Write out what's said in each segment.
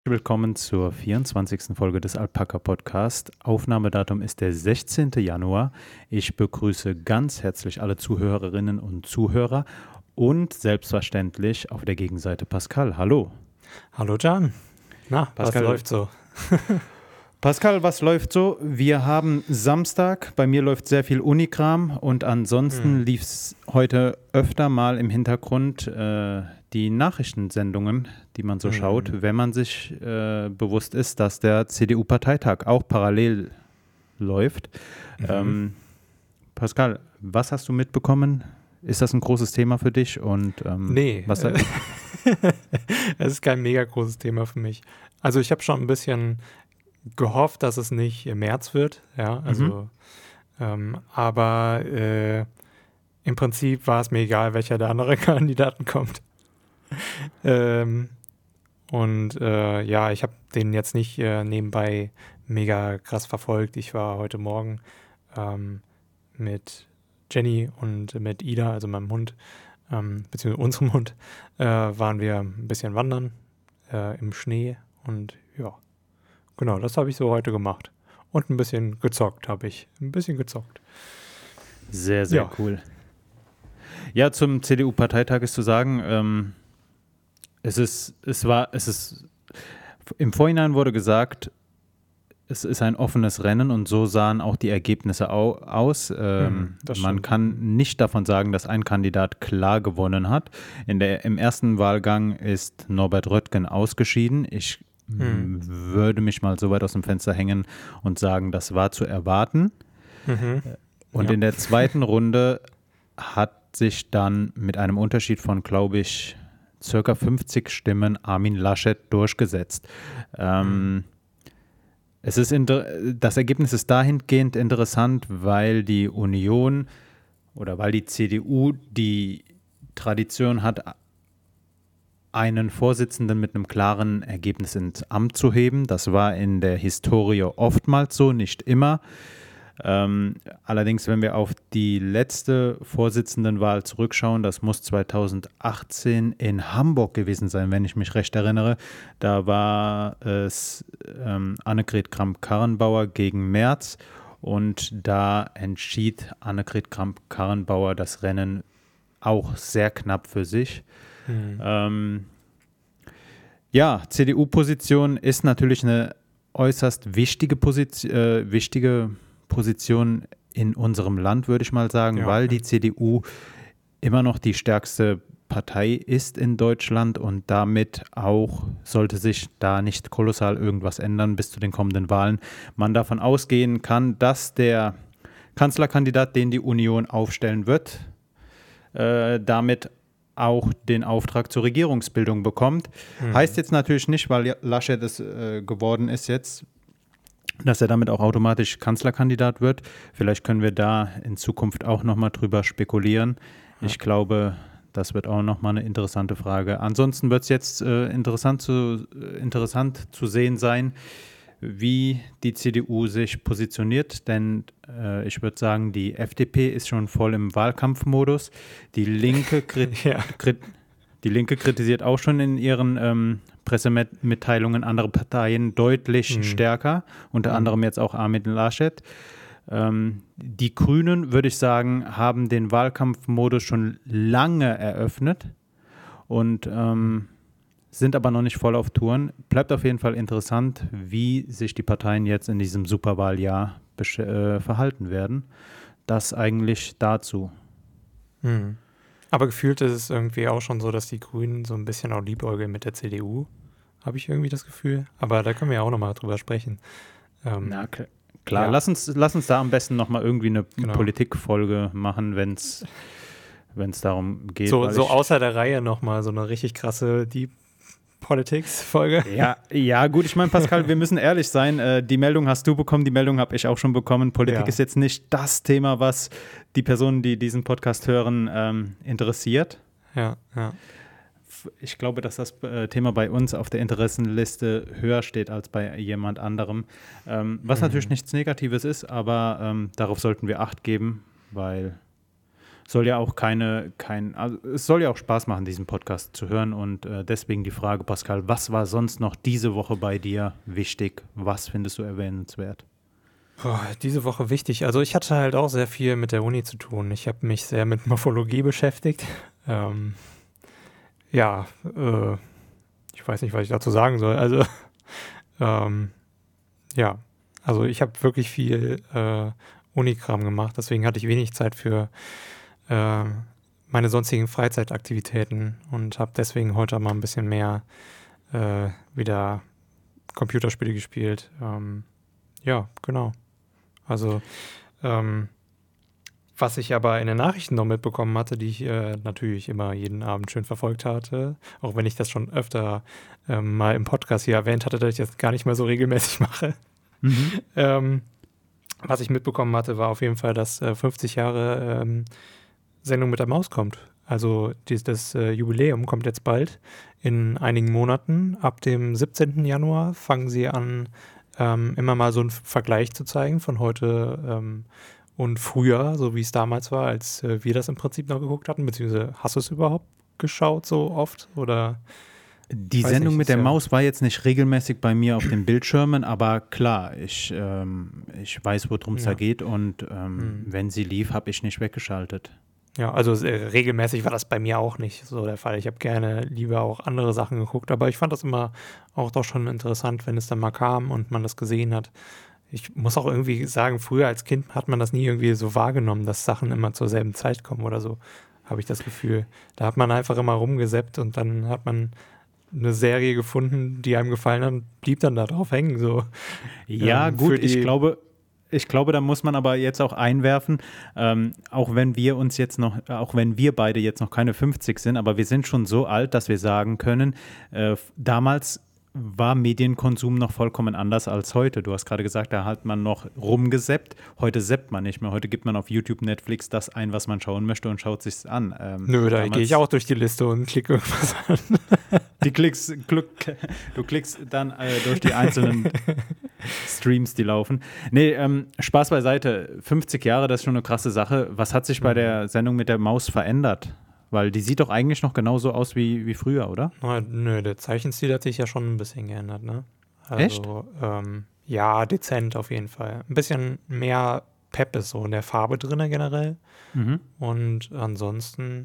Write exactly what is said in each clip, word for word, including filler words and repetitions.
Willkommen zur vierundzwanzigsten Folge des Alpaka Podcast. Aufnahmedatum ist der sechzehnten Januar. Ich begrüße ganz herzlich alle Zuhörerinnen und Zuhörer und selbstverständlich auf der Gegenseite Pascal. Hallo. Hallo Can. Na, Pascal, was läuft so? Pascal, was läuft so? Wir haben Samstag, bei mir läuft sehr viel Unikram und ansonsten Hm. lief es heute öfter mal im Hintergrund äh, die Nachrichtensendungen, die man so Hm. schaut, wenn man sich äh, bewusst ist, dass der C D U-Parteitag auch parallel läuft. Mhm. Ähm, Pascal, was hast du mitbekommen? Ist das ein großes Thema für dich? Und ähm, Nee, was äh, es ist kein mega großes Thema für mich. Also ich habe schon ein bisschen gehofft, dass es nicht im März wird, ja, also, ähm, aber äh, im Prinzip war es mir egal, welcher der anderen Kandidaten kommt. ähm, und äh, ja, ich habe den jetzt nicht äh, nebenbei mega krass verfolgt. Ich war heute Morgen ähm, mit Jenny und mit Ida, also meinem Hund, ähm, beziehungsweise unserem Hund, äh, waren wir ein bisschen wandern äh, im Schnee und ja, genau, das habe ich so heute gemacht. Und ein bisschen gezockt habe ich. Ein bisschen gezockt. Sehr, sehr Ja. cool. Ja, zum C D U-Parteitag ist zu sagen, ähm, es ist, es war, es ist, im Vorhinein wurde gesagt, es ist ein offenes Rennen und so sahen auch die Ergebnisse au aus. Ähm, Hm, das man stimmt. kann nicht davon sagen, dass ein Kandidat klar gewonnen hat. In der, im ersten Wahlgang ist Norbert Röttgen ausgeschieden. Ich Hm. m, würde mich mal so weit aus dem Fenster hängen und sagen, das war zu erwarten. Mhm. Und Ja. in der zweiten Runde hat sich dann mit einem Unterschied von, glaube ich, circa fünfzig Stimmen Armin Laschet durchgesetzt. Ähm, es ist inter- das Ergebnis ist dahingehend interessant, weil die Union oder weil die C D U die Tradition hat, einen Vorsitzenden mit einem klaren Ergebnis ins Amt zu heben. Das war in der Historie oftmals so, nicht immer. Ähm, allerdings, wenn wir auf die letzte Vorsitzendenwahl zurückschauen, das muss zweitausendachtzehn in Hamburg gewesen sein, wenn ich mich recht erinnere. Da war es ähm, Annegret Kramp-Karrenbauer gegen Merz und da entschied Annegret Kramp-Karrenbauer das Rennen auch sehr knapp für sich. Hm. Ähm, ja, C D U-Position ist natürlich eine äußerst wichtige Position, äh, wichtige Position in unserem Land, würde ich mal sagen, Ja, weil ja. die C D U immer noch die stärkste Partei ist in Deutschland und damit auch, sollte sich da nicht kolossal irgendwas ändern bis zu den kommenden Wahlen, man davon ausgehen kann, dass der Kanzlerkandidat, den die Union aufstellen wird, äh, damit auch den Auftrag zur Regierungsbildung bekommt. Hm. Heißt jetzt natürlich nicht, weil Laschet es äh, geworden ist jetzt, dass er damit auch automatisch Kanzlerkandidat wird. Vielleicht können wir da in Zukunft auch nochmal drüber spekulieren. Ja. Ich glaube, das wird auch nochmal eine interessante Frage. Ansonsten wird es jetzt äh, interessant, zu, äh, interessant zu sehen sein, wie die C D U sich positioniert, denn äh, ich würde sagen, die F D P ist schon voll im Wahlkampfmodus. Die Linke, krit Ja. krit die Linke kritisiert auch schon in ihren ähm, Pressemitteilungen andere Parteien deutlich Hm. stärker, unter Hm. anderem jetzt auch Armin Laschet. Ähm, die Grünen, würde ich sagen, haben den Wahlkampfmodus schon lange eröffnet und ähm, sind aber noch nicht voll auf Touren. Bleibt auf jeden Fall interessant, wie sich die Parteien jetzt in diesem Superwahljahr besch- äh, verhalten werden. Das eigentlich dazu. Hm. Aber gefühlt ist es irgendwie auch schon so, dass die Grünen so ein bisschen auch liebäugeln mit der C D U. Habe ich irgendwie das Gefühl. Aber da können wir ja auch nochmal drüber sprechen. Ähm, Na kl- klar, ja. lass uns, lass uns da am besten nochmal irgendwie eine Genau. Politikfolge machen, wenn es darum geht. So, weil so ich, außer der Reihe nochmal so eine richtig krasse Deep Politics-Folge. ja, ja, gut, ich meine, Pascal, wir müssen ehrlich sein. Äh, die Meldung hast du bekommen, die Meldung habe ich auch schon bekommen. Politik Ja. ist jetzt nicht das Thema, was die Personen, die diesen Podcast hören, ähm, interessiert. Ja, ja. Ich glaube, dass das äh, Thema bei uns auf der Interessenliste höher steht als bei jemand anderem. Ähm, was Mhm. natürlich nichts Negatives ist, aber ähm, darauf sollten wir Acht geben, weil soll ja auch keine, kein, also es soll ja auch Spaß machen, diesen Podcast zu hören und äh, deswegen die Frage, Pascal, was war sonst noch diese Woche bei dir wichtig? Was findest du erwähnenswert? Boah, diese Woche wichtig. Also ich hatte halt auch sehr viel mit der Uni zu tun. Ich habe mich sehr mit Morphologie beschäftigt. Ähm, ja, äh, ich weiß nicht, was ich dazu sagen soll. Also ähm, ja, also ich habe wirklich viel äh, Unikram gemacht. Deswegen hatte ich wenig Zeit für äh, meine sonstigen Freizeitaktivitäten und habe deswegen heute mal ein bisschen mehr äh, wieder Computerspiele gespielt. Ähm, ja, genau. Also, ähm, was ich aber in den Nachrichten noch mitbekommen hatte, die ich äh, natürlich immer jeden Abend schön verfolgt hatte, auch wenn ich das schon öfter ähm, mal im Podcast hier erwähnt hatte, dass ich das gar nicht mehr so regelmäßig mache. Mhm. ähm, was ich mitbekommen hatte, war auf jeden Fall, dass äh, fünfzig Jahre ähm, Sendung mit der Maus kommt. Also dies, das äh, Jubiläum kommt jetzt bald in einigen Monaten. Ab dem siebzehnten Januar fangen sie an, ähm, immer mal so einen Vergleich zu zeigen von heute ähm, und früher, so wie es damals war, als äh, wir das im Prinzip noch geguckt hatten. Beziehungsweise hast du es überhaupt geschaut so oft? Oder Die weiß Sendung nicht, mit ist der ja- Maus war jetzt nicht regelmäßig bei mir auf den Bildschirmen, aber klar, ich, ähm, ich weiß, worum es da Ja. geht und ähm, Hm. wenn sie lief, habe ich nicht weggeschaltet. Ja, also äh, regelmäßig war das bei mir auch nicht so der Fall. Ich habe gerne lieber auch andere Sachen geguckt, aber ich fand das immer auch doch schon interessant, wenn es dann mal kam und man das gesehen hat. Ich muss auch irgendwie sagen, früher als Kind hat man das nie irgendwie so wahrgenommen, dass Sachen immer zur selben Zeit kommen oder so, habe ich das Gefühl. Da hat man einfach immer rumgesäppt und dann hat man eine Serie gefunden, die einem gefallen hat und blieb dann da drauf hängen. So. Ja, Ähm, gut, für ich die- glaube, ich glaube, da muss man aber jetzt auch einwerfen, ähm, auch wenn wir uns jetzt noch, auch wenn wir beide jetzt noch keine fünfzig sind, aber wir sind schon so alt, dass wir sagen können, äh, f- damals war Medienkonsum noch vollkommen anders als heute. Du hast gerade gesagt, da hat man noch rumgeseppt. Heute seppt man nicht mehr. Heute gibt man auf YouTube, Netflix das ein, was man schauen möchte und schaut sich's an. Ähm, Nö, da damals- gehe ich auch durch die Liste und klicke irgendwas an. Die Klicks, Glück, du klickst dann äh, durch die einzelnen Streams, die laufen. Nee, ähm, Spaß beiseite. fünfzig Jahre, das ist schon eine krasse Sache. Was hat sich bei der Sendung mit der Maus verändert? Weil die sieht doch eigentlich noch genauso aus wie, wie früher, oder? Na, nö, der Zeichenstil hat sich ja schon ein bisschen geändert, ne? Echt? Also, ähm, ja, dezent auf jeden Fall. Ein bisschen mehr Pep ist so in der Farbe drin generell. Mhm. Und ansonsten,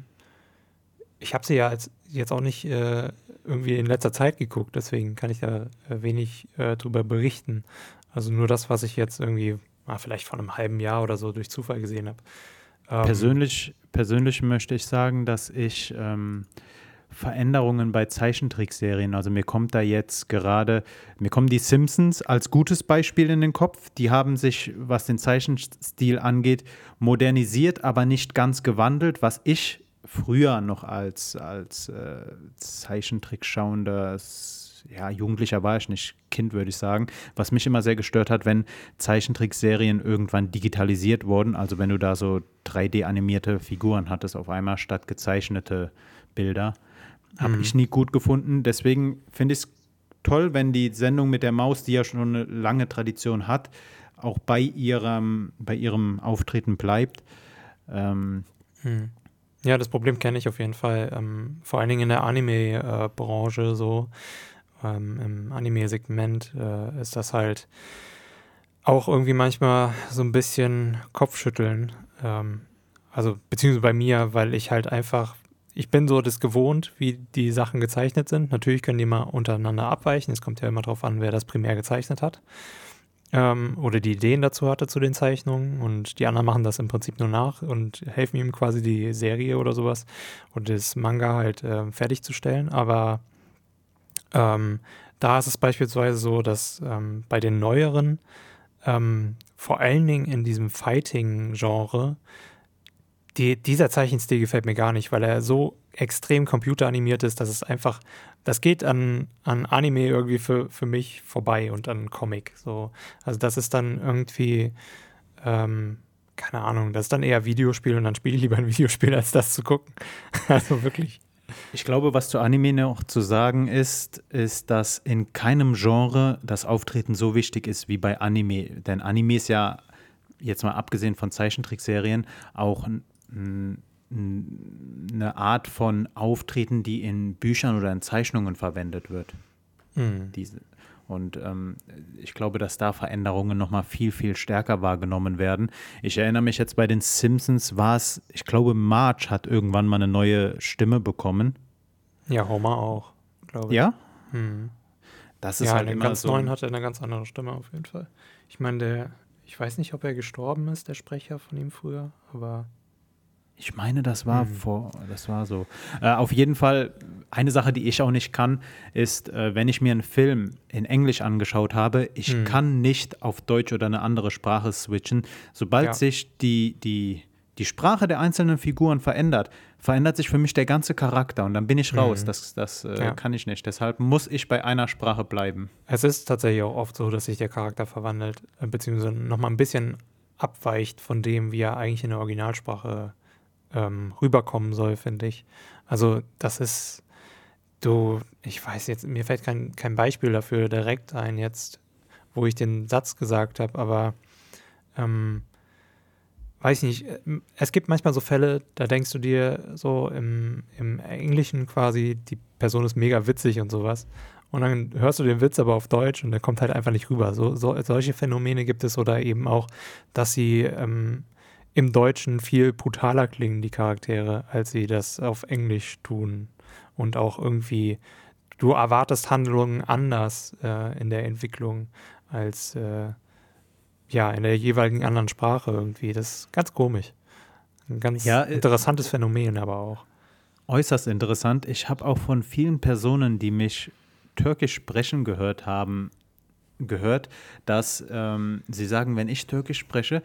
ich habe sie ja als, jetzt auch nicht äh, irgendwie in letzter Zeit geguckt, deswegen kann ich da äh, wenig äh, drüber berichten. Also nur das, was ich jetzt irgendwie, ah, vielleicht vor einem halben Jahr oder so durch Zufall gesehen habe. Ähm, Persönlich, persönlich möchte ich sagen, dass ich ähm, Veränderungen bei Zeichentrickserien, also mir kommt da jetzt gerade, mir kommen die Simpsons als gutes Beispiel in den Kopf. Die haben sich, was den Zeichenstil angeht, modernisiert, aber nicht ganz gewandelt, was ich früher noch als, als äh, Zeichentrick schauender, s- ja, Jugendlicher war ich nicht, Kind würde ich sagen, was mich immer sehr gestört hat, wenn Zeichentrickserien irgendwann digitalisiert wurden, also wenn du da so drei D-animierte Figuren hattest auf einmal statt gezeichnete Bilder, habe Mhm. ich nie gut gefunden. Deswegen finde ich es toll, wenn die Sendung mit der Maus, die ja schon eine lange Tradition hat, auch bei ihrem, bei ihrem Auftreten bleibt. Ähm, Hm. Ja, das Problem kenne ich auf jeden Fall. Ähm, vor allen Dingen in der Anime-Branche so. Ähm, Im Anime-Segment äh, ist das halt auch irgendwie manchmal so ein bisschen Kopfschütteln. Ähm, also beziehungsweise bei mir, weil ich halt einfach, ich bin so das gewohnt, wie die Sachen gezeichnet sind. Natürlich können die mal untereinander abweichen. Es kommt ja immer drauf an, wer das primär gezeichnet hat. Ähm, oder die Ideen dazu hatte zu den Zeichnungen und die anderen machen das im Prinzip nur nach und helfen ihm quasi die Serie oder sowas oder das Manga halt ähm, fertigzustellen. Aber ähm, da ist es beispielsweise so, dass ähm, bei den neueren, ähm, vor allen Dingen in diesem Fighting-Genre, die, dieser Zeichenstil gefällt mir gar nicht, weil er so extrem computeranimiert ist, dass es einfach, das geht an, an Anime irgendwie für, für mich vorbei und an Comic. So. Also das ist dann irgendwie, ähm, keine Ahnung, das ist dann eher Videospiel und dann spiele ich lieber ein Videospiel, als das zu gucken. Also wirklich. Ich glaube, was zu Anime noch zu sagen ist, ist, dass in keinem Genre das Auftreten so wichtig ist wie bei Anime. Denn Anime ist ja, jetzt mal abgesehen von Zeichentrickserien, auch ein, ein eine Art von Auftreten, die in Büchern oder in Zeichnungen verwendet wird. Mhm. Diese. Und ähm, ich glaube, dass da Veränderungen nochmal viel, viel stärker wahrgenommen werden. Ich erinnere mich jetzt bei den Simpsons, war es, ich glaube, Marge hat irgendwann mal eine neue Stimme bekommen. Ja, Homer auch, glaube ich. Ja? Mhm. Das ist Ja, halt in den immer ganz so. neuen hat er eine ganz andere Stimme auf jeden Fall. Ich meine, der, ich weiß nicht, ob er gestorben ist, der Sprecher von ihm früher, aber Ich meine, das war Hm. vor, das war so. Äh, auf jeden Fall, eine Sache, die ich auch nicht kann, ist, äh, wenn ich mir einen Film in Englisch angeschaut habe, ich Hm. kann nicht auf Deutsch oder eine andere Sprache switchen. Sobald Ja. sich die, die, die Sprache der einzelnen Figuren verändert, verändert sich für mich der ganze Charakter und dann bin ich raus. Mhm. Das, das äh, Ja. kann ich nicht. Deshalb muss ich bei einer Sprache bleiben. Es ist tatsächlich auch oft so, dass sich der Charakter verwandelt, äh, beziehungsweise nochmal ein bisschen abweicht von dem, wie er eigentlich in der Originalsprache ähm, rüberkommen soll, finde ich. Also das ist, du, ich weiß jetzt, mir fällt kein, kein Beispiel dafür direkt ein jetzt, wo ich den Satz gesagt habe, aber ähm, weiß ich nicht, äh, es gibt manchmal so Fälle, da denkst du dir so im, im Englischen quasi, die Person ist mega witzig und sowas. Und dann hörst du den Witz aber auf Deutsch und der kommt halt einfach nicht rüber. So, so, solche Phänomene gibt es oder eben auch, dass sie ähm, im Deutschen viel brutaler klingen, die Charaktere, als sie das auf Englisch tun. Und auch irgendwie, du erwartest Handlungen anders äh, in der Entwicklung als äh, ja, in der jeweiligen anderen Sprache irgendwie. Das ist ganz komisch. Ein ganz Ja, äh, interessantes Phänomen aber auch. Äußerst interessant. Ich habe auch von vielen Personen, die mich Türkisch sprechen gehört haben, gehört, dass ähm, sie sagen, wenn ich Türkisch spreche,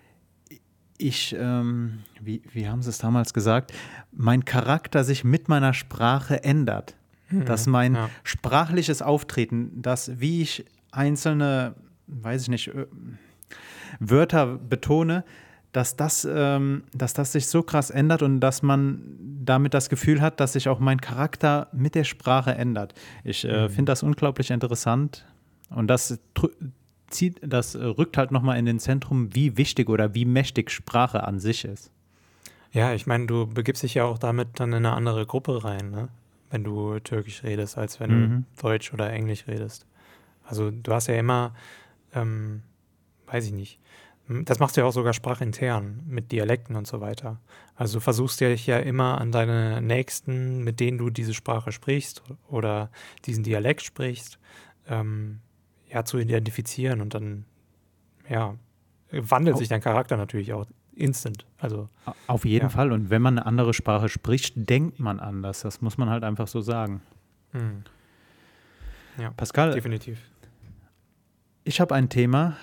ich, ähm, wie, wie haben sie es damals gesagt, mein Charakter sich mit meiner Sprache ändert. Mhm. Dass mein Ja. sprachliches Auftreten, dass wie ich einzelne, weiß ich nicht, äh, Wörter betone, dass das, ähm, dass das sich so krass ändert und dass man damit das Gefühl hat, dass sich auch mein Charakter mit der Sprache ändert. Ich äh, Mhm. finde das unglaublich interessant und das tr- zieht, das äh, rückt halt nochmal in den Zentrum, wie wichtig oder wie mächtig Sprache an sich ist. Ja, ich meine, du begibst dich ja auch damit dann in eine andere Gruppe rein, ne? Wenn du Türkisch redest, als wenn Mhm. du Deutsch oder Englisch redest. Also du hast ja immer, ähm, weiß ich nicht, das machst du ja auch sogar sprachintern mit Dialekten und so weiter. Also du versuchst ja dich ja immer an deine Nächsten, mit denen du diese Sprache sprichst oder diesen Dialekt sprichst, ähm, ja, zu identifizieren und dann, ja, wandelt Au- sich dein Charakter natürlich auch instant. Also, Auf jeden Ja. Fall. Und wenn man eine andere Sprache spricht, denkt man anders. Das muss man halt einfach so sagen. hm, ja, Pascal, definitiv. ich habe ein Thema,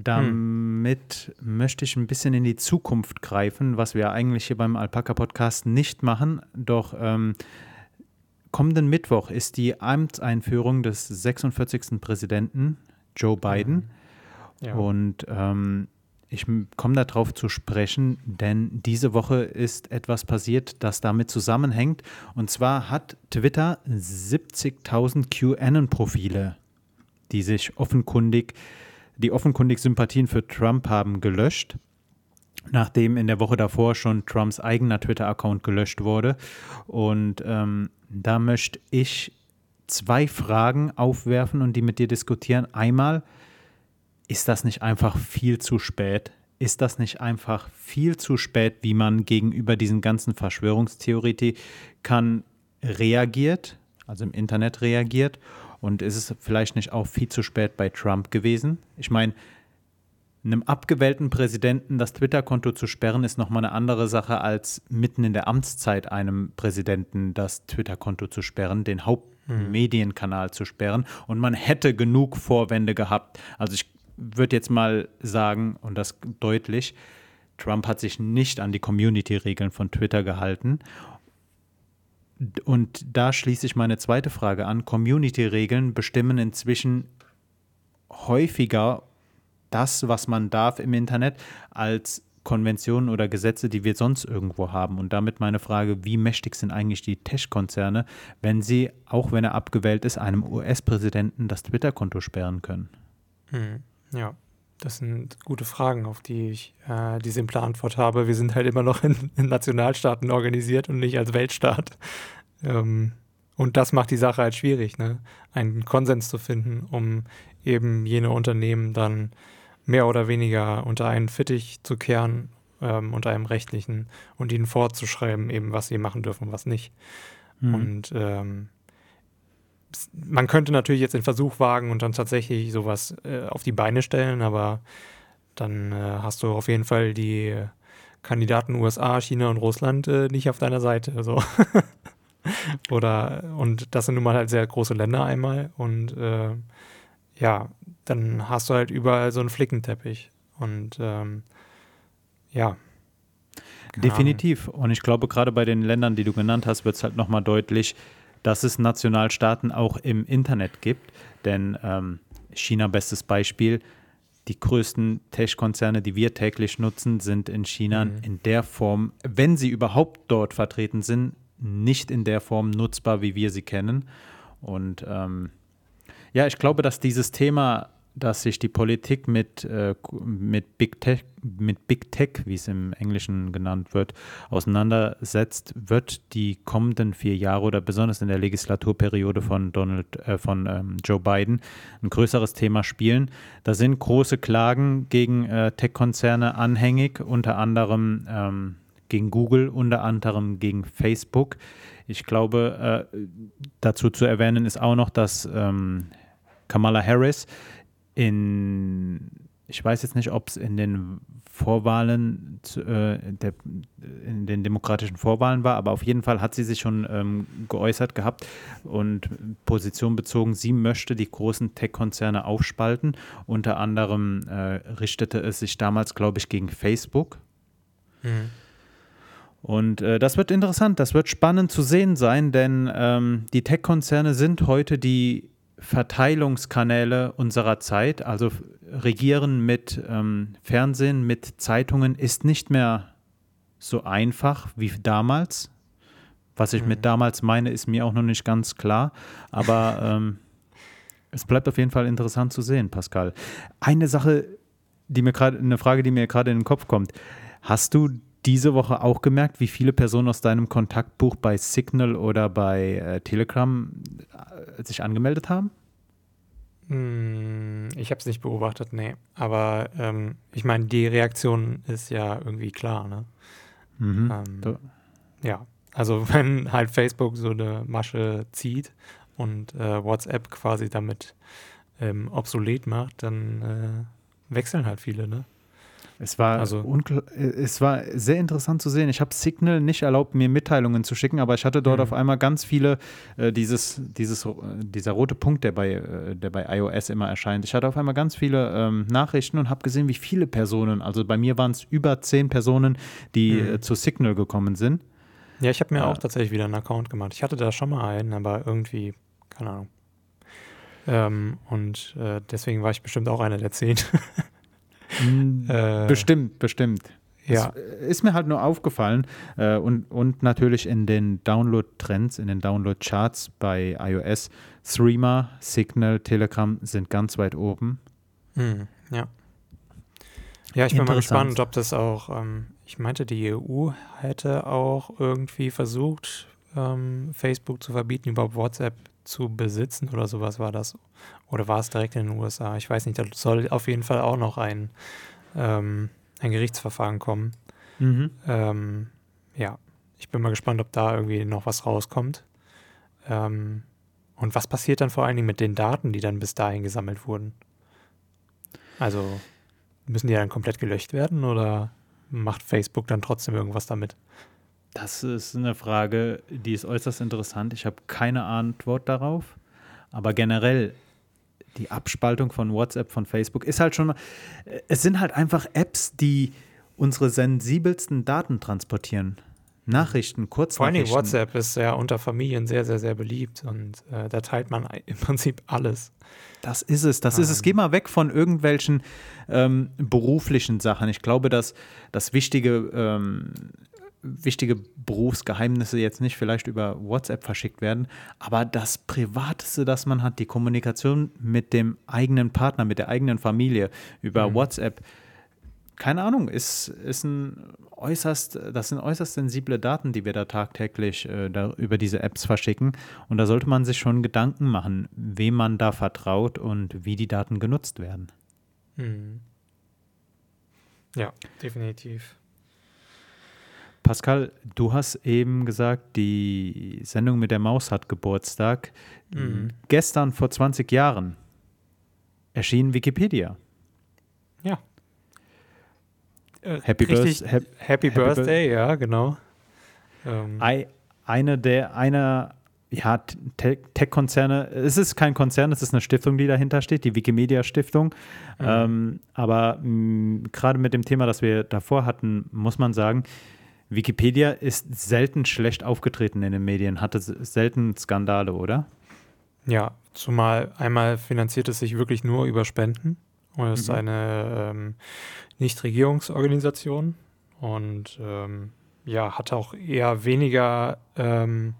damit möchte ich ein bisschen in die Zukunft greifen, was wir eigentlich hier beim Alpaka-Podcast nicht machen. Doch ähm, kommenden Mittwoch ist die Amtseinführung des sechsundvierzigsten Präsidenten Joe Biden. Ja. Und ähm, ich komme darauf zu sprechen, denn diese Woche ist etwas passiert, das damit zusammenhängt. Und zwar hat Twitter siebzigtausend QAnon-Profile, die sich offenkundig, die offenkundig Sympathien für Trump haben, gelöscht, nachdem in der Woche davor schon Trumps eigener Twitter-Account gelöscht wurde. Und ähm, da möchte ich zwei Fragen aufwerfen und die mit dir diskutieren. Einmal, ist das nicht einfach viel zu spät? Ist das nicht einfach viel zu spät, wie man gegenüber diesen ganzen Verschwörungstheoretikern reagiert, also im Internet reagiert? Und ist es vielleicht nicht auch viel zu spät bei Trump gewesen? Ich meine, einem abgewählten Präsidenten das Twitter-Konto zu sperren, ist nochmal eine andere Sache, als mitten in der Amtszeit einem Präsidenten das Twitter-Konto zu sperren, den Hauptmedienkanal zu sperren. Und man hätte genug Vorwände gehabt. Also ich würde jetzt mal sagen, und das deutlich, Trump hat sich nicht an die Community-Regeln von Twitter gehalten. Und da schließe ich meine zweite Frage an. Community-Regeln bestimmen inzwischen häufiger das, was man darf im Internet, als Konventionen oder Gesetze, die wir sonst irgendwo haben. Und damit meine Frage, wie mächtig sind eigentlich die Tech-Konzerne, wenn sie, auch wenn er abgewählt ist, einem U S-Präsidenten das Twitter-Konto sperren können? Hm. Ja, Das sind gute Fragen, auf die ich äh, die simple Antwort habe. Wir sind halt immer noch in, in Nationalstaaten organisiert und nicht als Weltstaat. Ähm, und das macht die Sache halt schwierig, ne? Einen Konsens zu finden, um eben jene Unternehmen dann mehr oder weniger unter einen Fittich zu kehren, ähm, unter einem rechtlichen, und ihnen vorzuschreiben, eben was sie machen dürfen und was nicht. Mhm. Und ähm, man könnte natürlich jetzt den Versuch wagen und dann tatsächlich sowas äh, auf die Beine stellen, aber dann äh, hast du auf jeden Fall die Kandidaten U S A, China und Russland äh, nicht auf deiner Seite. So. Oder, und das sind nun mal halt sehr große Länder einmal. Und äh, ja, dann hast du halt überall so einen Flickenteppich. Und ähm, ja. keine Definitiv. Und ich glaube, gerade bei den Ländern, die du genannt hast, wird es halt nochmal deutlich, dass es Nationalstaaten auch im Internet gibt. Denn ähm, China, bestes Beispiel, die größten Tech-Konzerne, die wir täglich nutzen, sind in China Mhm. in der Form, wenn sie überhaupt dort vertreten sind, nicht in der Form nutzbar, wie wir sie kennen. Und ähm, ja, ich glaube, dass dieses Thema, dass sich die Politik mit, äh, mit Big Tech, mit Big Tech, wie es im Englischen genannt wird, auseinandersetzt, wird die kommenden vier Jahre oder besonders in der Legislaturperiode von Donald, äh, von ähm, Joe Biden ein größeres Thema spielen. Da sind große Klagen gegen äh, Tech-Konzerne anhängig, unter anderem ähm, gegen Google, unter anderem gegen Facebook. Ich glaube, äh, dazu zu erwähnen ist auch noch, dass ähm, Kamala Harris in, ich weiß jetzt nicht, ob es in den Vorwahlen, äh, der, in den demokratischen Vorwahlen war, aber auf jeden Fall hat sie sich schon ähm, geäußert gehabt und Position bezogen, sie möchte die großen Tech-Konzerne aufspalten. Unter anderem äh, richtete es sich damals, glaube ich, gegen Facebook. Mhm. Und äh, das wird interessant, das wird spannend zu sehen sein, denn ähm, die Tech-Konzerne sind heute die Verteilungskanäle unserer Zeit. Also f- regieren mit ähm, Fernsehen, mit Zeitungen ist nicht mehr so einfach wie damals. Was ich mit Mhm. damals meine, ist mir auch noch nicht ganz klar. Aber ähm, es bleibt auf jeden Fall interessant zu sehen, Pascal. Eine Sache, die mir gerade, eine Frage, die mir gerade in den Kopf kommt. Hast du diese Woche auch gemerkt, wie viele Personen aus deinem Kontaktbuch bei Signal oder bei äh, Telegram äh, sich angemeldet haben? Mm, Ich habe es nicht beobachtet, nee. Aber ähm, ich meine, die Reaktion ist ja irgendwie klar, ne? Mhm. Ähm, Da- ja, also wenn halt Facebook so eine Masche zieht und äh, WhatsApp quasi damit ähm, obsolet macht, dann äh, wechseln halt viele, ne? Es war, Also, unkl- äh, es war sehr interessant zu sehen. Ich habe Signal nicht erlaubt, mir Mitteilungen zu schicken, aber ich hatte dort auf hm, einmal ganz viele, äh, dieses, dieses, äh, dieser rote Punkt, der bei, äh, der bei iOS immer erscheint. Ich hatte auf einmal ganz viele ähm, Nachrichten und habe gesehen, wie viele Personen, also bei mir waren es über zehn Personen, die äh, hm. zu Signal gekommen sind. Ja, ich habe mir Äh, auch tatsächlich wieder einen Account gemacht. Ich hatte da schon mal einen, aber irgendwie, keine Ahnung. Ähm, und äh, deswegen war ich bestimmt auch einer der zehn. Mm, äh, Bestimmt, bestimmt. Es ja, äh, ist mir halt nur aufgefallen äh, und, und natürlich in den Download-Trends, in den Download-Charts bei iOS, Threema, Signal, Telegram sind ganz weit oben. hm, ja. Ja, ich bin mal Interessant. gespannt, ob das auch, ähm, ich meinte, die E U hätte auch irgendwie versucht, ähm, Facebook zu verbieten, überhaupt WhatsApp zu besitzen oder sowas war das. Oder war es direkt in den U S A? Ich weiß nicht, da soll auf jeden Fall auch noch ein, ähm, ein Gerichtsverfahren kommen. Mhm. Ähm, ja, ich bin mal gespannt, ob da irgendwie noch was rauskommt. Ähm, und was passiert dann vor allen Dingen mit den Daten, die dann bis dahin gesammelt wurden? Also müssen die dann komplett gelöscht werden oder macht Facebook dann trotzdem irgendwas damit? Das ist eine Frage, die ist äußerst interessant. Ich habe keine Antwort darauf. Aber generell, die Abspaltung von WhatsApp, von Facebook ist halt schon mal, äh, es sind halt einfach Apps, die unsere sensibelsten Daten transportieren. Nachrichten, Vor allen Dingen Kurznachrichten. WhatsApp ist ja unter Familien sehr, sehr, sehr beliebt und äh, da teilt man im Prinzip alles. Das ist es, das ist es. Ähm. Geh mal weg von irgendwelchen ähm, beruflichen Sachen. Ich glaube, dass das Wichtige, ähm, wichtige Berufsgeheimnisse jetzt nicht vielleicht über WhatsApp verschickt werden, aber das Privateste, das man hat, die Kommunikation mit dem eigenen Partner, mit der eigenen Familie über Mhm. WhatsApp, keine Ahnung, ist, ist ein äußerst, das sind äußerst sensible Daten, die wir da tagtäglich äh, da über diese Apps verschicken. Und da sollte man sich schon Gedanken machen, wem man da vertraut und wie die Daten genutzt werden. Mhm. Ja, definitiv. Pascal, du hast eben gesagt, die Sendung mit der Maus hat Geburtstag. Mhm. Gestern vor zwanzig Jahren erschien Wikipedia. Ja. Äh, Happy richtig, Birth- hap- Happy, Happy Birthday, ja, genau. Ähm, Ei- Eine der, einer, ja, Te- Tech-Konzerne, es ist kein Konzern, es ist eine Stiftung, die dahinter steht, die Wikimedia-Stiftung. Mhm. Ähm, aber mh, gerade mit dem Thema, das wir davor hatten, muss man sagen, Wikipedia ist selten schlecht aufgetreten in den Medien, hatte s- selten Skandale, oder? Ja, zumal einmal finanziert es sich wirklich nur über Spenden und es ist Mhm. eine ähm, Nichtregierungsorganisation und ähm, ja, hat auch eher weniger ähm,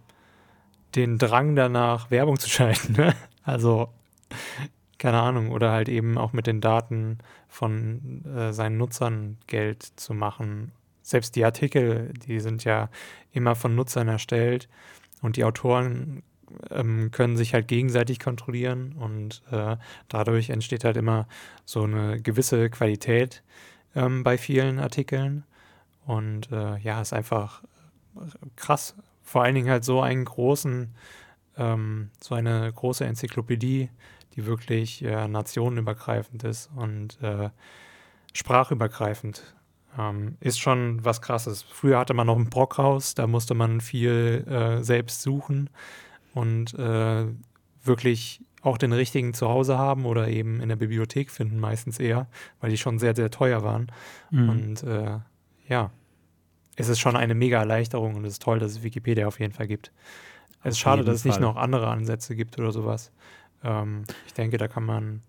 den Drang danach, Werbung zu schalten. Ne? Also, keine Ahnung, oder halt eben auch mit den Daten von äh, seinen Nutzern Geld zu machen. Selbst die Artikel, die sind ja immer von Nutzern erstellt und die Autoren ähm, können sich halt gegenseitig kontrollieren und äh, dadurch entsteht halt immer so eine gewisse Qualität ähm, bei vielen Artikeln und äh, ja, ist einfach krass. Vor allen Dingen halt so einen großen, ähm, so eine große Enzyklopädie, die wirklich äh, nationenübergreifend ist und äh, sprachübergreifend. Ähm, ist schon was Krasses. Früher hatte man noch ein Brockhaus, da musste man viel äh, selbst suchen und äh, wirklich auch den richtigen zu Hause haben oder eben in der Bibliothek finden, meistens eher, weil die schon sehr, sehr teuer waren. Mhm. Und äh, ja, es ist schon eine mega Erleichterung und es ist toll, dass es Wikipedia auf jeden Fall gibt. Es Auf ist schade, jeden dass es nicht Fall. noch andere Ansätze gibt oder sowas. Ähm, ich denke, da kann man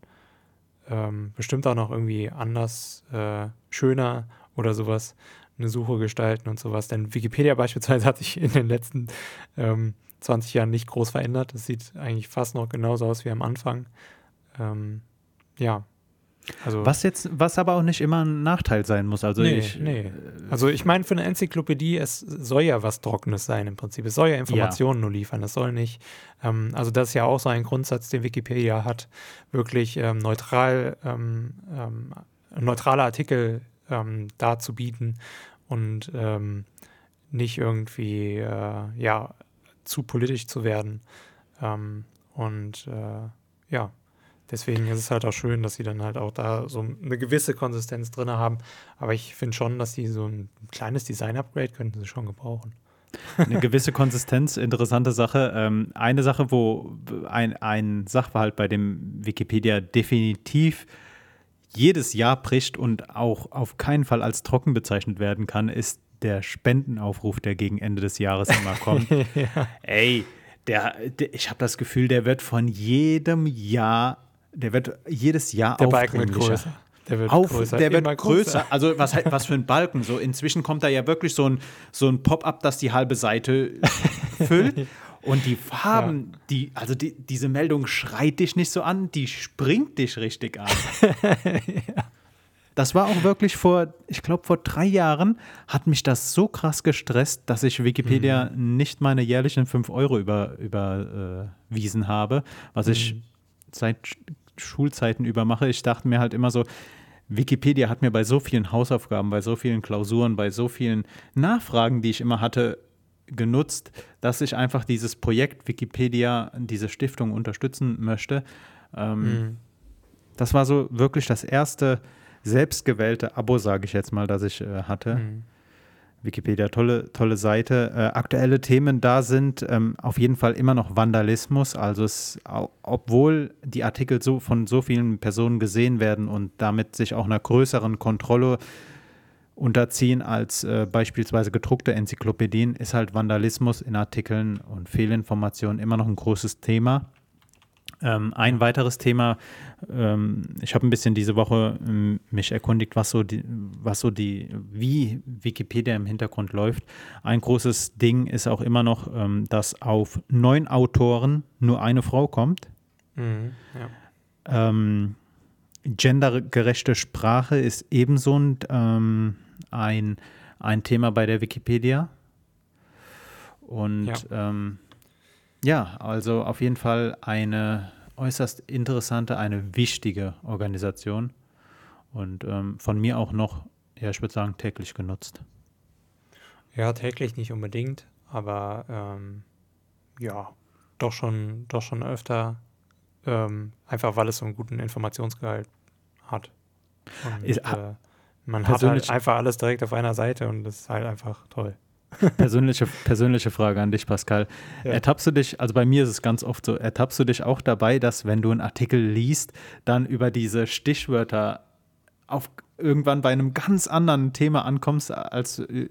ähm, bestimmt auch noch irgendwie anders, äh, schöner oder sowas eine Suche gestalten und sowas. Denn Wikipedia beispielsweise hat sich in den letzten ähm, zwanzig Jahren nicht groß verändert. Das sieht eigentlich fast noch genauso aus wie am Anfang. Ähm, ja, also Was jetzt, was aber auch nicht immer ein Nachteil sein muss. Also nee, ich, nee. Also ich meine, für eine Enzyklopädie, es soll ja was Trockenes sein im Prinzip. Es soll ja Informationen nur liefern. Es soll nicht, ähm, also das ist ja auch so ein Grundsatz, den Wikipedia hat, wirklich ähm, neutral, ähm, ähm, neutrale Artikel ähm, darzubieten und ähm, nicht irgendwie, äh, ja, zu politisch zu werden. Ähm, und äh, ja, deswegen ist es halt auch schön, dass sie dann halt auch da so eine gewisse Konsistenz drin haben. Aber ich finde schon, dass die so ein kleines Design-Upgrade könnten sie schon gebrauchen. Eine gewisse Konsistenz, interessante Sache. Ähm, eine Sache, wo ein, ein Sachverhalt bei dem Wikipedia definitiv jedes Jahr bricht und auch auf keinen Fall als trocken bezeichnet werden kann, ist der Spendenaufruf, der gegen Ende des Jahres immer kommt. Ja. Ey, der, der, ich habe das Gefühl, der wird von jedem Jahr, der wird jedes Jahr Der Balken wird aufdringlicher. größer. Der wird Auf, größer. der wird immer größer. Also was, hei- was für ein Balken. So inzwischen kommt da ja wirklich so ein, so ein Pop-up, das die halbe Seite füllt. Und die Farben, die, also die, diese Meldung schreit dich nicht so an, die springt dich richtig an. Das war auch wirklich vor, ich glaube, vor drei Jahren hat mich das so krass gestresst, dass ich Wikipedia Mhm. nicht meine jährlichen fünf Euro über, überwiesen habe, was ich Mhm. seit Sch- Schulzeiten über mache. Ich dachte mir halt immer so, Wikipedia hat mir bei so vielen Hausaufgaben, bei so vielen Klausuren, bei so vielen Nachfragen, die ich immer hatte, genutzt, dass ich einfach dieses Projekt Wikipedia, diese Stiftung unterstützen möchte. Ähm, Mhm. Das war so wirklich das erste selbstgewählte Abo, sage ich jetzt mal, das ich äh, hatte. Mhm. Wikipedia, tolle, tolle Seite. Äh, aktuelle Themen da sind ähm, auf jeden Fall immer noch Vandalismus. Also es, au- obwohl die Artikel so von so vielen Personen gesehen werden und damit sich auch einer größeren Kontrolle unterziehen als äh, beispielsweise gedruckte Enzyklopädien, ist halt Vandalismus in Artikeln und Fehlinformationen immer noch ein großes Thema. Ähm, ein Ja. weiteres Thema, ähm, ich habe ein bisschen diese Woche ähm, mich erkundigt, was so die, was so die, wie Wikipedia im Hintergrund läuft. Ein großes Ding ist auch immer noch, ähm, dass auf neun Autoren nur eine Frau kommt. Mhm. Ja. Ähm, gendergerechte Sprache ist ebenso ein, ähm, ein, ein Thema bei der Wikipedia. Und Ja. ähm, ja, also auf jeden Fall eine äußerst interessante, eine wichtige Organisation und ähm, von mir auch noch, ja, ich würde sagen, täglich genutzt. Ja, täglich nicht unbedingt, aber ähm, ja, doch schon, doch schon öfter, ähm, einfach weil es so einen guten Informationsgehalt hat. Und Ist, ha- äh, man hat halt persönlich, einfach alles direkt auf einer Seite und das ist halt einfach toll. persönliche, persönliche Frage an dich, Pascal. Ja. Ertappst du dich, also bei mir ist es ganz oft so, ertappst du dich auch dabei, dass wenn du einen Artikel liest, dann über diese Stichwörter auf irgendwann bei einem ganz anderen Thema ankommst, als, äh,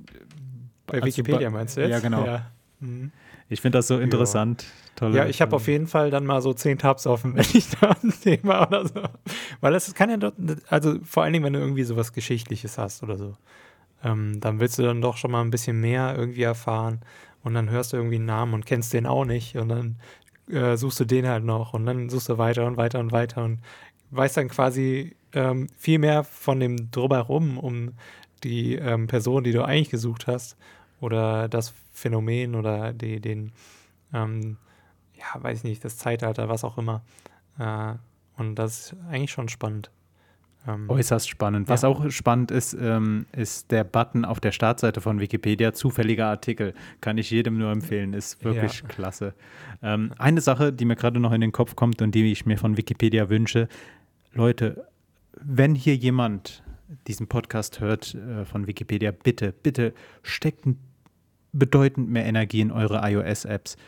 Bei als du Wikipedia bei, meinst du jetzt? ja, genau. Ja. Mhm. Ich finde das so Ja. interessant. Tolle, Ja, ich habe tolle. auf jeden Fall dann mal so zehn Tabs offen, wenn ich da ein Thema oder so. Weil es kann ja dort, also vor allen Dingen, wenn du irgendwie sowas Geschichtliches hast oder so, ähm, dann willst du dann doch schon mal ein bisschen mehr irgendwie erfahren und dann hörst du irgendwie einen Namen und kennst den auch nicht und dann äh, suchst du den halt noch und dann suchst du weiter und weiter und weiter und weißt dann quasi ähm, viel mehr von dem Drumherum um die ähm, Person, die du eigentlich gesucht hast oder das Phänomen oder die, den ähm, ja, weiß ich nicht, das Zeitalter, was auch immer. Äh, und das ist eigentlich schon spannend. Ähm, Äußerst spannend. Was ja. auch spannend ist, ähm, ist der Button auf der Startseite von Wikipedia, zufälliger Artikel. Kann ich jedem nur empfehlen, ist wirklich Ja. klasse. Ähm, eine Sache, die mir gerade noch in den Kopf kommt und die ich mir von Wikipedia wünsche, Leute, wenn hier jemand diesen Podcast hört äh, von Wikipedia, bitte, bitte steckt bedeutend mehr Energie in eure iOS-Apps.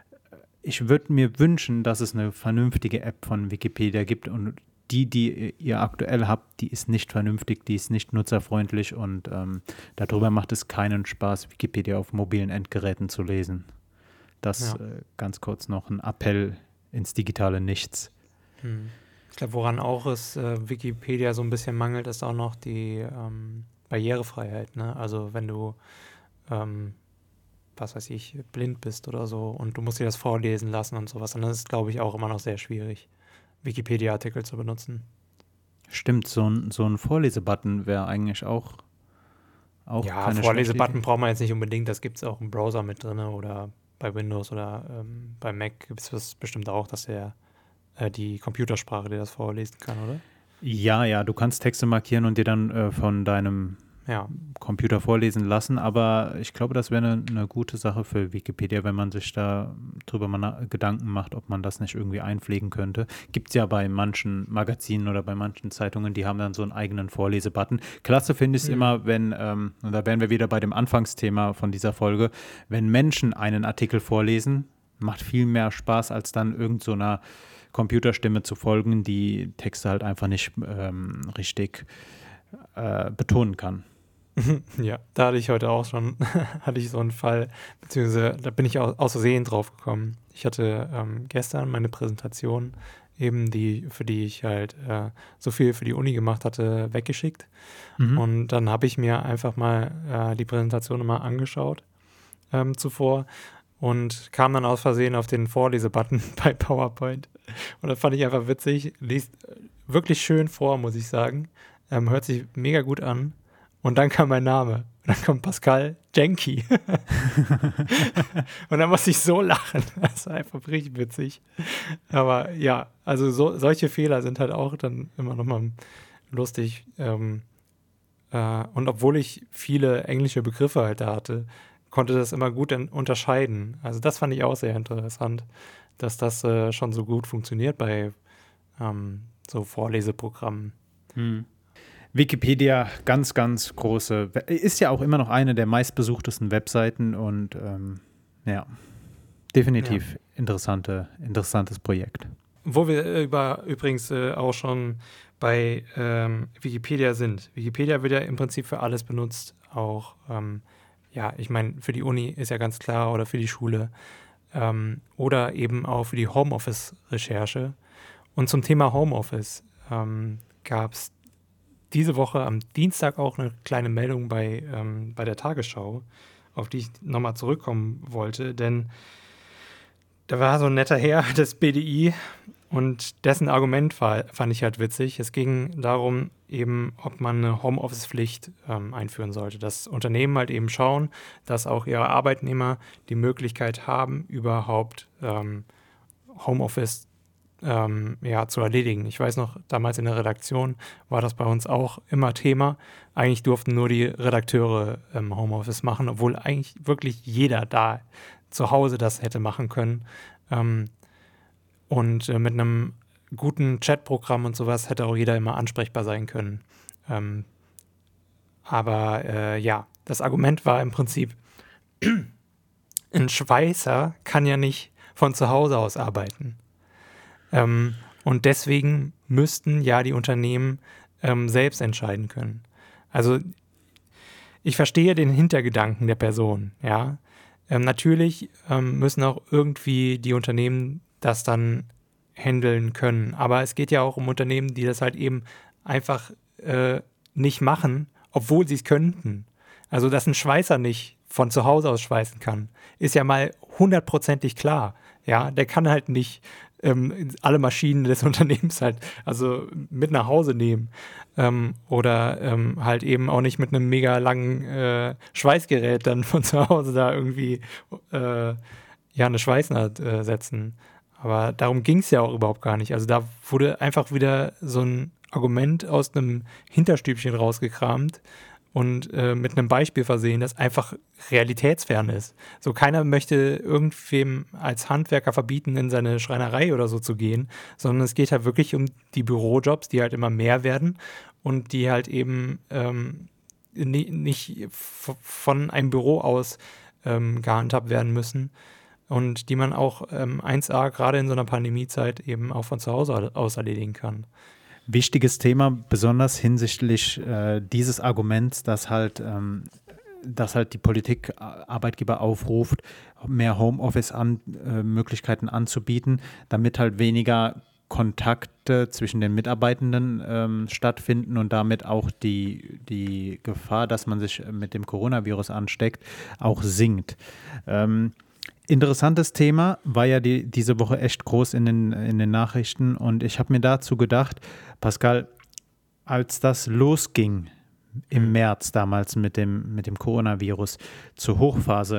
Ich würde mir wünschen, dass es eine vernünftige App von Wikipedia gibt und die, die ihr aktuell habt, die ist nicht vernünftig, die ist nicht nutzerfreundlich und ähm, darüber macht es keinen Spaß, Wikipedia auf mobilen Endgeräten zu lesen. Das Ja. äh, ganz kurz noch ein Appell ins digitale Nichts. Hm. Ich glaube, woran auch es äh, Wikipedia so ein bisschen mangelt, ist auch noch die ähm, Barrierefreiheit. Ne? Also wenn du, ähm, was weiß ich, blind bist oder so und du musst dir das vorlesen lassen und sowas, dann ist es, glaube ich, auch immer noch sehr schwierig, Wikipedia-Artikel zu benutzen. Stimmt, so ein, so ein Vorlesebutton wäre eigentlich auch, auch Ja, keine schlechte Vorlesebutton Idee. braucht man jetzt nicht unbedingt, das gibt es auch im Browser mit drin oder bei Windows oder ähm, bei Mac gibt es das bestimmt auch, dass der äh, die Computersprache dir das vorlesen kann, oder? Ja, ja, du kannst Texte markieren und dir dann äh, von deinem Ja, Computer vorlesen lassen, aber ich glaube, das wäre eine, eine gute Sache für Wikipedia, wenn man sich da drüber mal na- Gedanken macht, ob man das nicht irgendwie einpflegen könnte. Gibt es ja bei manchen Magazinen oder bei manchen Zeitungen, die haben dann so einen eigenen Vorlesebutton. Klasse finde ich es Mhm. immer, wenn, ähm, und da wären wir wieder bei dem Anfangsthema von dieser Folge, wenn Menschen einen Artikel vorlesen, macht viel mehr Spaß, als dann irgend so einer Computerstimme zu folgen, die Texte halt einfach nicht ähm, richtig äh, betonen kann. Ja, da hatte ich heute auch schon, hatte ich so einen Fall, beziehungsweise da bin ich aus, aus Versehen drauf gekommen. Ich hatte ähm, gestern meine Präsentation, eben die, für die ich halt äh, so viel für die Uni gemacht hatte, weggeschickt. Mhm. Und dann habe ich mir einfach mal äh, die Präsentation immer angeschaut ähm, zuvor und kam dann aus Versehen auf den Vorlesebutton bei PowerPoint. Und das fand ich einfach witzig. Liest wirklich schön vor, muss ich sagen. Ähm, hört sich mega gut an. Und dann kam mein Name. Und dann kommt Pascal Jenky. Und dann musste ich so lachen. Das war einfach richtig witzig. Aber ja, also so, solche Fehler sind halt auch dann immer nochmal lustig. Ähm, äh, und obwohl ich viele englische Begriffe halt da hatte, konnte das immer gut en- unterscheiden. Also das fand ich auch sehr interessant, dass das äh, schon so gut funktioniert bei ähm, so Vorleseprogrammen. Hm. Wikipedia, ganz, ganz große, ist ja auch immer noch eine der meistbesuchtesten Webseiten und ähm, ja, definitiv interessante, interessantes Projekt. Wo wir äh, über übrigens äh, auch schon bei ähm, Wikipedia sind. Wikipedia wird ja im Prinzip für alles benutzt. Auch, ähm, ja, ich meine, für die Uni ist ja ganz klar oder für die Schule. ähm, oder eben auch für die Homeoffice-Recherche. Und zum Thema Homeoffice ähm, gab es diese Woche am Dienstag auch eine kleine Meldung bei, ähm, bei der Tagesschau, auf die ich nochmal zurückkommen wollte, denn da war so ein netter Herr des B D I und dessen Argument war, fand ich halt witzig. Es ging darum, eben, ob man eine Homeoffice-Pflicht ähm, einführen sollte. Dass Unternehmen halt eben schauen, dass auch ihre Arbeitnehmer die Möglichkeit haben, überhaupt ähm, Homeoffice ähm, ja, zu erledigen. Ich weiß noch, damals in der Redaktion war das bei uns auch immer Thema. Eigentlich durften nur die Redakteure ähm, Homeoffice machen, obwohl eigentlich wirklich jeder da zu Hause das hätte machen können. Ähm, und äh, mit einem guten Chatprogramm und sowas hätte auch jeder immer ansprechbar sein können. Ähm, aber äh, ja, das Argument war im Prinzip, ein Schweißer kann ja nicht von zu Hause aus arbeiten. Ähm, und deswegen müssten ja die Unternehmen ähm, selbst entscheiden können. Also ich verstehe den Hintergedanken der Person, ja. Ähm, natürlich ähm, müssen auch irgendwie die Unternehmen das dann handeln können. Aber es geht ja auch um Unternehmen, die das halt eben einfach äh, nicht machen, obwohl sie es könnten. Also, dass ein Schweißer nicht von zu Hause aus schweißen kann, ist ja mal hundertprozentig klar. Ja, der kann halt nicht ähm, alle Maschinen des Unternehmens halt also mit nach Hause nehmen. Ähm, oder ähm, halt eben auch nicht mit einem mega langen äh, Schweißgerät dann von zu Hause da irgendwie äh, ja eine Schweißnaht äh, setzen. Aber darum ging es ja auch überhaupt gar nicht. Also da wurde einfach wieder so ein Argument aus einem Hinterstübchen rausgekramt und äh, mit einem Beispiel versehen, das einfach realitätsfern ist. So keiner möchte irgendwem als Handwerker verbieten, in seine Schreinerei oder so zu gehen, sondern es geht halt wirklich um die Bürojobs, die halt immer mehr werden und die halt eben ähm, nie, nicht f- von einem Büro aus ähm, gehandhabt werden müssen und die man auch ähm, eins a gerade in so einer Pandemiezeit eben auch von zu Hause aus erledigen kann. Wichtiges Thema, besonders hinsichtlich äh, dieses Arguments, dass halt, ähm, dass halt die Politik Arbeitgeber aufruft, mehr Homeoffice-Möglichkeiten an, äh, anzubieten, damit halt weniger Kontakte zwischen den Mitarbeitenden ähm, stattfinden und damit auch die, die Gefahr, dass man sich mit dem Coronavirus ansteckt, auch sinkt. Ähm, Interessantes Thema, war ja die, diese Woche echt groß in den, in den Nachrichten und ich habe mir dazu gedacht, Pascal, als das losging im März damals mit dem, mit dem Coronavirus zur Hochphase,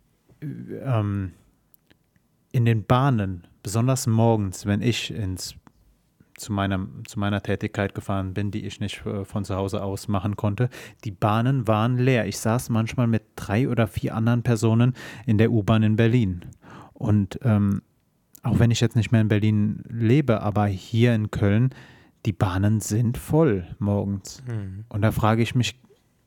ähm, in den Bahnen, besonders morgens, wenn ich ins zu meiner, zu meiner Tätigkeit gefahren bin, die ich nicht äh, von zu Hause aus machen konnte. Die Bahnen waren leer. Ich saß manchmal mit drei oder vier anderen Personen in der U-Bahn in Berlin. Und ähm, auch wenn ich jetzt nicht mehr in Berlin lebe, aber hier in Köln, die Bahnen sind voll morgens. Mhm. Und da frage ich mich,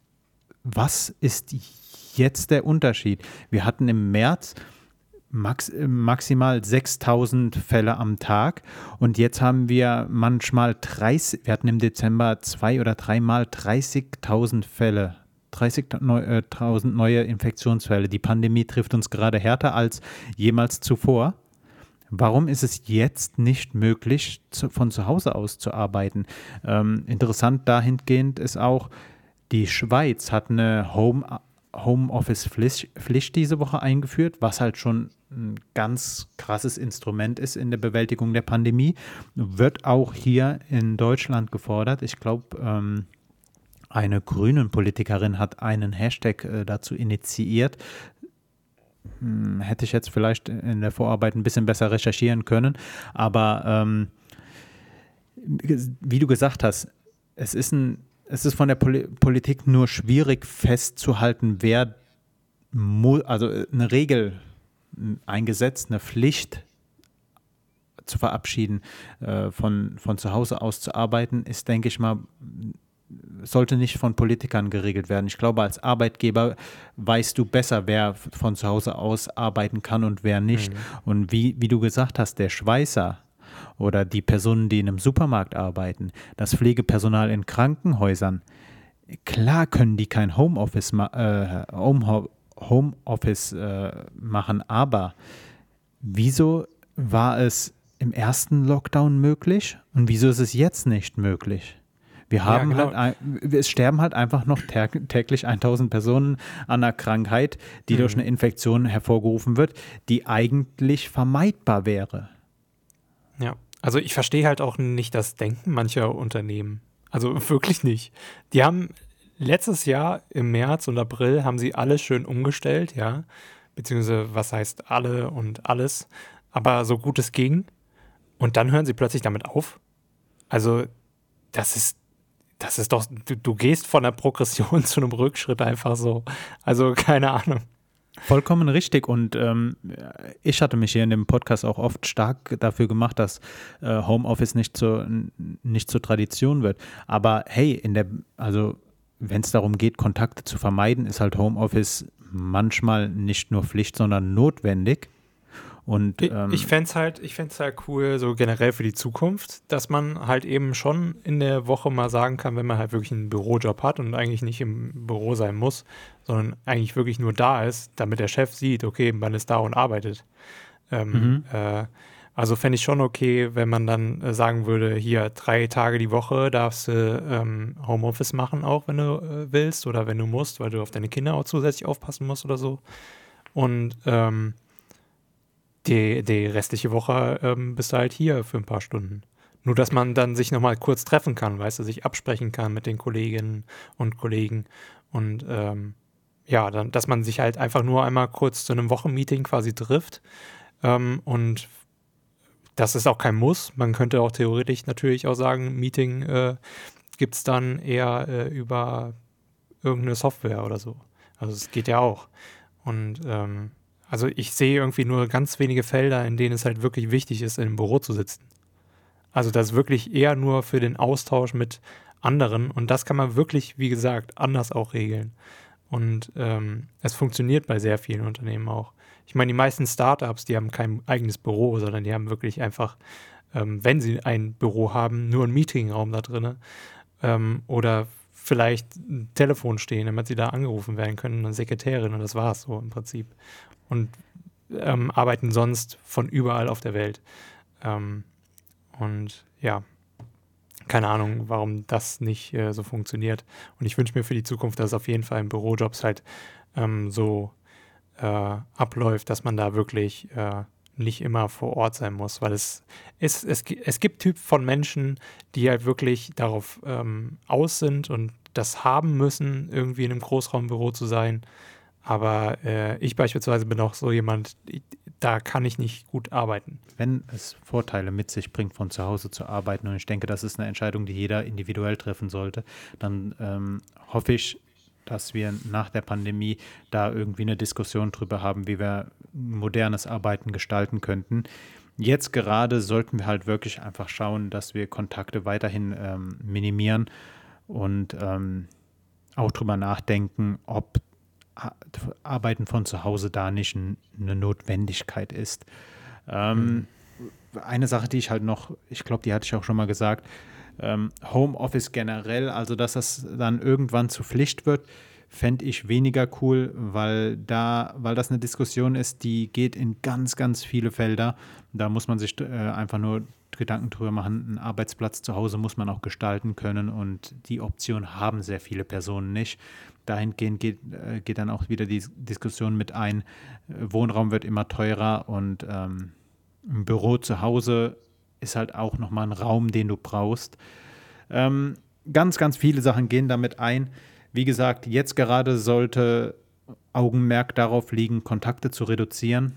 was ist jetzt der Unterschied? Wir hatten im März Max, maximal sechstausend Fälle am Tag und jetzt haben wir manchmal dreißig, wir hatten im Dezember zwei oder dreimal dreißigtausend Fälle, dreißigtausend neue Infektionsfälle. Die Pandemie trifft uns gerade härter als jemals zuvor. Warum ist es jetzt nicht möglich, zu, von zu Hause aus zu arbeiten? Ähm, interessant dahingehend ist auch, die Schweiz hat eine Home Homeoffice-Pflicht diese Woche eingeführt, was halt schon ein ganz krasses Instrument ist in der Bewältigung der Pandemie, wird auch hier in Deutschland gefordert. Ich glaube, ähm, eine Grünen-Politikerin hat einen Hashtag äh, dazu initiiert. Hm, hätte ich jetzt vielleicht in der Vorarbeit ein bisschen besser recherchieren können, aber ähm, wie du gesagt hast, es ist ein Es ist von der Poli- Politik nur schwierig festzuhalten, wer, mu- also eine Regel, ein Gesetz, eine Pflicht zu verabschieden, äh, von, von zu Hause aus zu arbeiten, ist, denke ich mal, sollte nicht von Politikern geregelt werden. Ich glaube, als Arbeitgeber weißt du besser, wer von zu Hause aus arbeiten kann und wer nicht. Mhm. Und wie, wie du gesagt hast, der Schweißer oder die Personen, die in einem Supermarkt arbeiten, das Pflegepersonal in Krankenhäusern, klar können die kein Homeoffice, ma- äh, Home, Homeoffice äh, machen, aber wieso war es im ersten Lockdown möglich und wieso ist es jetzt nicht möglich? Wir haben Ja, genau. halt, ein- es sterben halt einfach noch tä- täglich tausend Personen an einer Krankheit, die durch Mhm. eine Infektion hervorgerufen wird, die eigentlich vermeidbar wäre. Ja, also ich verstehe halt auch nicht das Denken mancher Unternehmen. Also wirklich nicht. Die haben letztes Jahr im März und April haben sie alles schön umgestellt, ja. Beziehungsweise was heißt alle und alles, aber so gut es ging. Und dann hören sie plötzlich damit auf. Also das ist, das ist doch, du, du gehst von der Progression zu einem Rückschritt einfach so. Also keine Ahnung. Vollkommen richtig. Und ähm, ich hatte mich hier in dem Podcast auch oft stark dafür gemacht, dass äh, Homeoffice nicht zur, n- nicht zur Tradition wird. Aber hey, in der, also wenn es darum geht, Kontakte zu vermeiden, ist halt Homeoffice manchmal nicht nur Pflicht, sondern notwendig. Und Ich, ähm, ich fände es halt, ich fänd's halt cool, so generell für die Zukunft, dass man halt eben schon in der Woche mal sagen kann, wenn man halt wirklich einen Bürojob hat und eigentlich nicht im Büro sein muss, sondern eigentlich wirklich nur da ist, damit der Chef sieht, okay, man ist da und arbeitet. Ähm, mhm. äh, also fände ich schon okay, wenn man dann äh, sagen würde, hier drei Tage die Woche darfst du ähm, Homeoffice machen, auch wenn du äh, willst oder wenn du musst, weil du auf deine Kinder auch zusätzlich aufpassen musst oder so. Und ähm, die, die restliche Woche ähm, bist du halt hier für ein paar Stunden. Nur, dass man dann sich nochmal kurz treffen kann, weißt du, sich absprechen kann mit den Kolleginnen und Kollegen. Und ähm, ja, dann, dass man sich halt einfach nur einmal kurz zu einem Wochenmeeting quasi trifft. Ähm, und das ist auch kein Muss. Man könnte auch theoretisch natürlich auch sagen, Meeting äh, gibt es dann eher äh, über irgendeine Software oder so. Also es geht ja auch. Und ähm, also ich sehe irgendwie nur ganz wenige Felder, in denen es halt wirklich wichtig ist, in einem Büro zu sitzen. Also das ist wirklich eher nur für den Austausch mit anderen und das kann man wirklich, wie gesagt, anders auch regeln. Und ähm, es funktioniert bei sehr vielen Unternehmen auch. Ich meine, die meisten Startups, die haben kein eigenes Büro, sondern die haben wirklich einfach, ähm, wenn sie ein Büro haben, nur einen Meetingraum da drin ähm, oder vielleicht ein Telefon stehen, damit sie da angerufen werden können, eine Sekretärin und das war's so im Prinzip. Und ähm, arbeiten sonst von überall auf der Welt. Ähm, und ja, keine Ahnung, warum das nicht äh, so funktioniert. Und ich wünsche mir für die Zukunft, dass es auf jeden Fall in Bürojobs halt ähm, so äh, abläuft, dass man da wirklich äh, nicht immer vor Ort sein muss, weil es, ist, es, gi- es gibt Typ von Menschen, die halt wirklich darauf ähm, aus sind und das haben müssen, irgendwie in einem Großraumbüro zu sein. Aber äh, ich beispielsweise bin auch so jemand, ich, da kann ich nicht gut arbeiten. Wenn es Vorteile mit sich bringt, von zu Hause zu arbeiten, und ich denke, das ist eine Entscheidung, die jeder individuell treffen sollte, dann ähm, hoffe ich, dass wir nach der Pandemie da irgendwie eine Diskussion drüber haben, wie wir modernes Arbeiten gestalten könnten. Jetzt gerade sollten wir halt wirklich einfach schauen, dass wir Kontakte weiterhin ähm, minimieren und ähm, auch drüber nachdenken, ob A- Arbeiten von zu Hause da nicht n- eine Notwendigkeit ist. Ähm, eine Sache, die ich halt noch, ich glaube, die hatte ich auch schon mal gesagt, ähm, Homeoffice generell, also dass das dann irgendwann zur Pflicht wird, fände ich weniger cool, weil da, weil das eine Diskussion ist, die geht in ganz, ganz viele Felder. Da muss man sich äh, einfach nur Gedanken drüber machen. Einen Arbeitsplatz zu Hause muss man auch gestalten können und die Option haben sehr viele Personen nicht. Dahingehend geht, äh, geht dann auch wieder die Diskussion mit ein, äh, Wohnraum wird immer teurer und ähm, ein Büro zu Hause ist halt auch nochmal ein Raum, den du brauchst. Ähm, ganz, ganz viele Sachen gehen damit ein. Wie gesagt, jetzt gerade sollte Augenmerk darauf liegen, Kontakte zu reduzieren.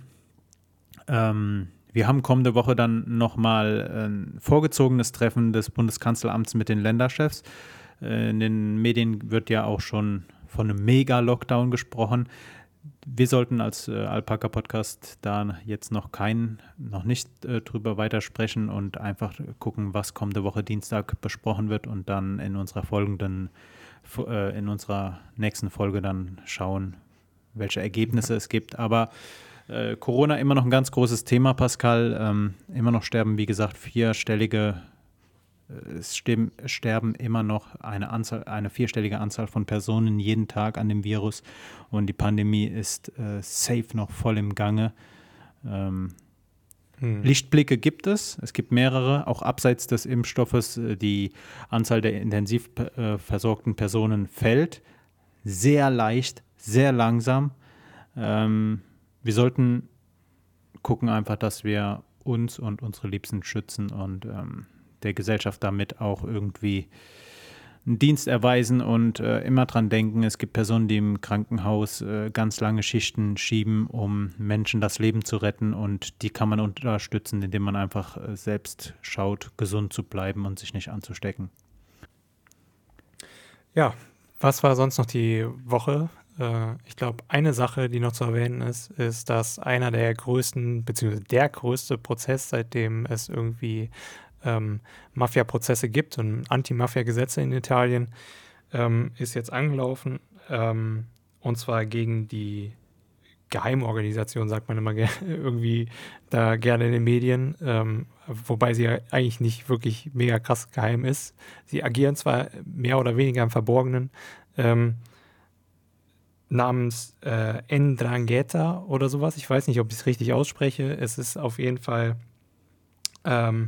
Ähm, wir haben kommende Woche dann nochmal ein vorgezogenes Treffen des Bundeskanzleramts mit den Länderchefs. Äh, in den Medien wird ja auch schon von einem Mega-Lockdown gesprochen. Wir sollten als äh, Alpaka-Podcast da jetzt noch kein, noch nicht äh, drüber weitersprechen und einfach gucken, was kommende Woche Dienstag besprochen wird und dann in unserer folgenden, äh, in unserer nächsten Folge dann schauen, welche Ergebnisse es gibt. Aber äh, Corona immer noch ein ganz großes Thema, Pascal. Ähm, immer noch sterben, wie gesagt, vierstellige Es sterben, sterben immer noch eine, Anzahl, eine vierstellige Anzahl von Personen jeden Tag an dem Virus und die Pandemie ist äh, safe noch voll im Gange. Ähm, Hm. Lichtblicke gibt es, es gibt mehrere, auch abseits des Impfstoffes. Die Anzahl der intensiv äh, versorgten Personen fällt. Sehr leicht, sehr langsam. Ähm, wir sollten gucken einfach, dass wir uns und unsere Liebsten schützen und ähm, der Gesellschaft damit auch irgendwie einen Dienst erweisen und äh, immer dran denken, es gibt Personen, die im Krankenhaus äh, ganz lange Schichten schieben, um Menschen das Leben zu retten, und die kann man unterstützen, indem man einfach äh, selbst schaut, gesund zu bleiben und sich nicht anzustecken. Ja, was war sonst noch die Woche? Äh, ich glaube, eine Sache, die noch zu erwähnen ist, ist, dass einer der größten, beziehungsweise der größte Prozess, seitdem es irgendwie ähm, Mafia-Prozesse gibt und Anti-Mafia-Gesetze in Italien, ähm, ist jetzt angelaufen. Ähm, und zwar gegen die Geheimorganisation, sagt man immer irgendwie da gerne in den Medien, ähm, wobei sie ja eigentlich nicht wirklich mega krass geheim ist. Sie agieren zwar mehr oder weniger im Verborgenen, ähm, namens äh, Ndrangheta oder sowas. Ich weiß nicht, ob ich es richtig ausspreche. Es ist auf jeden Fall ähm,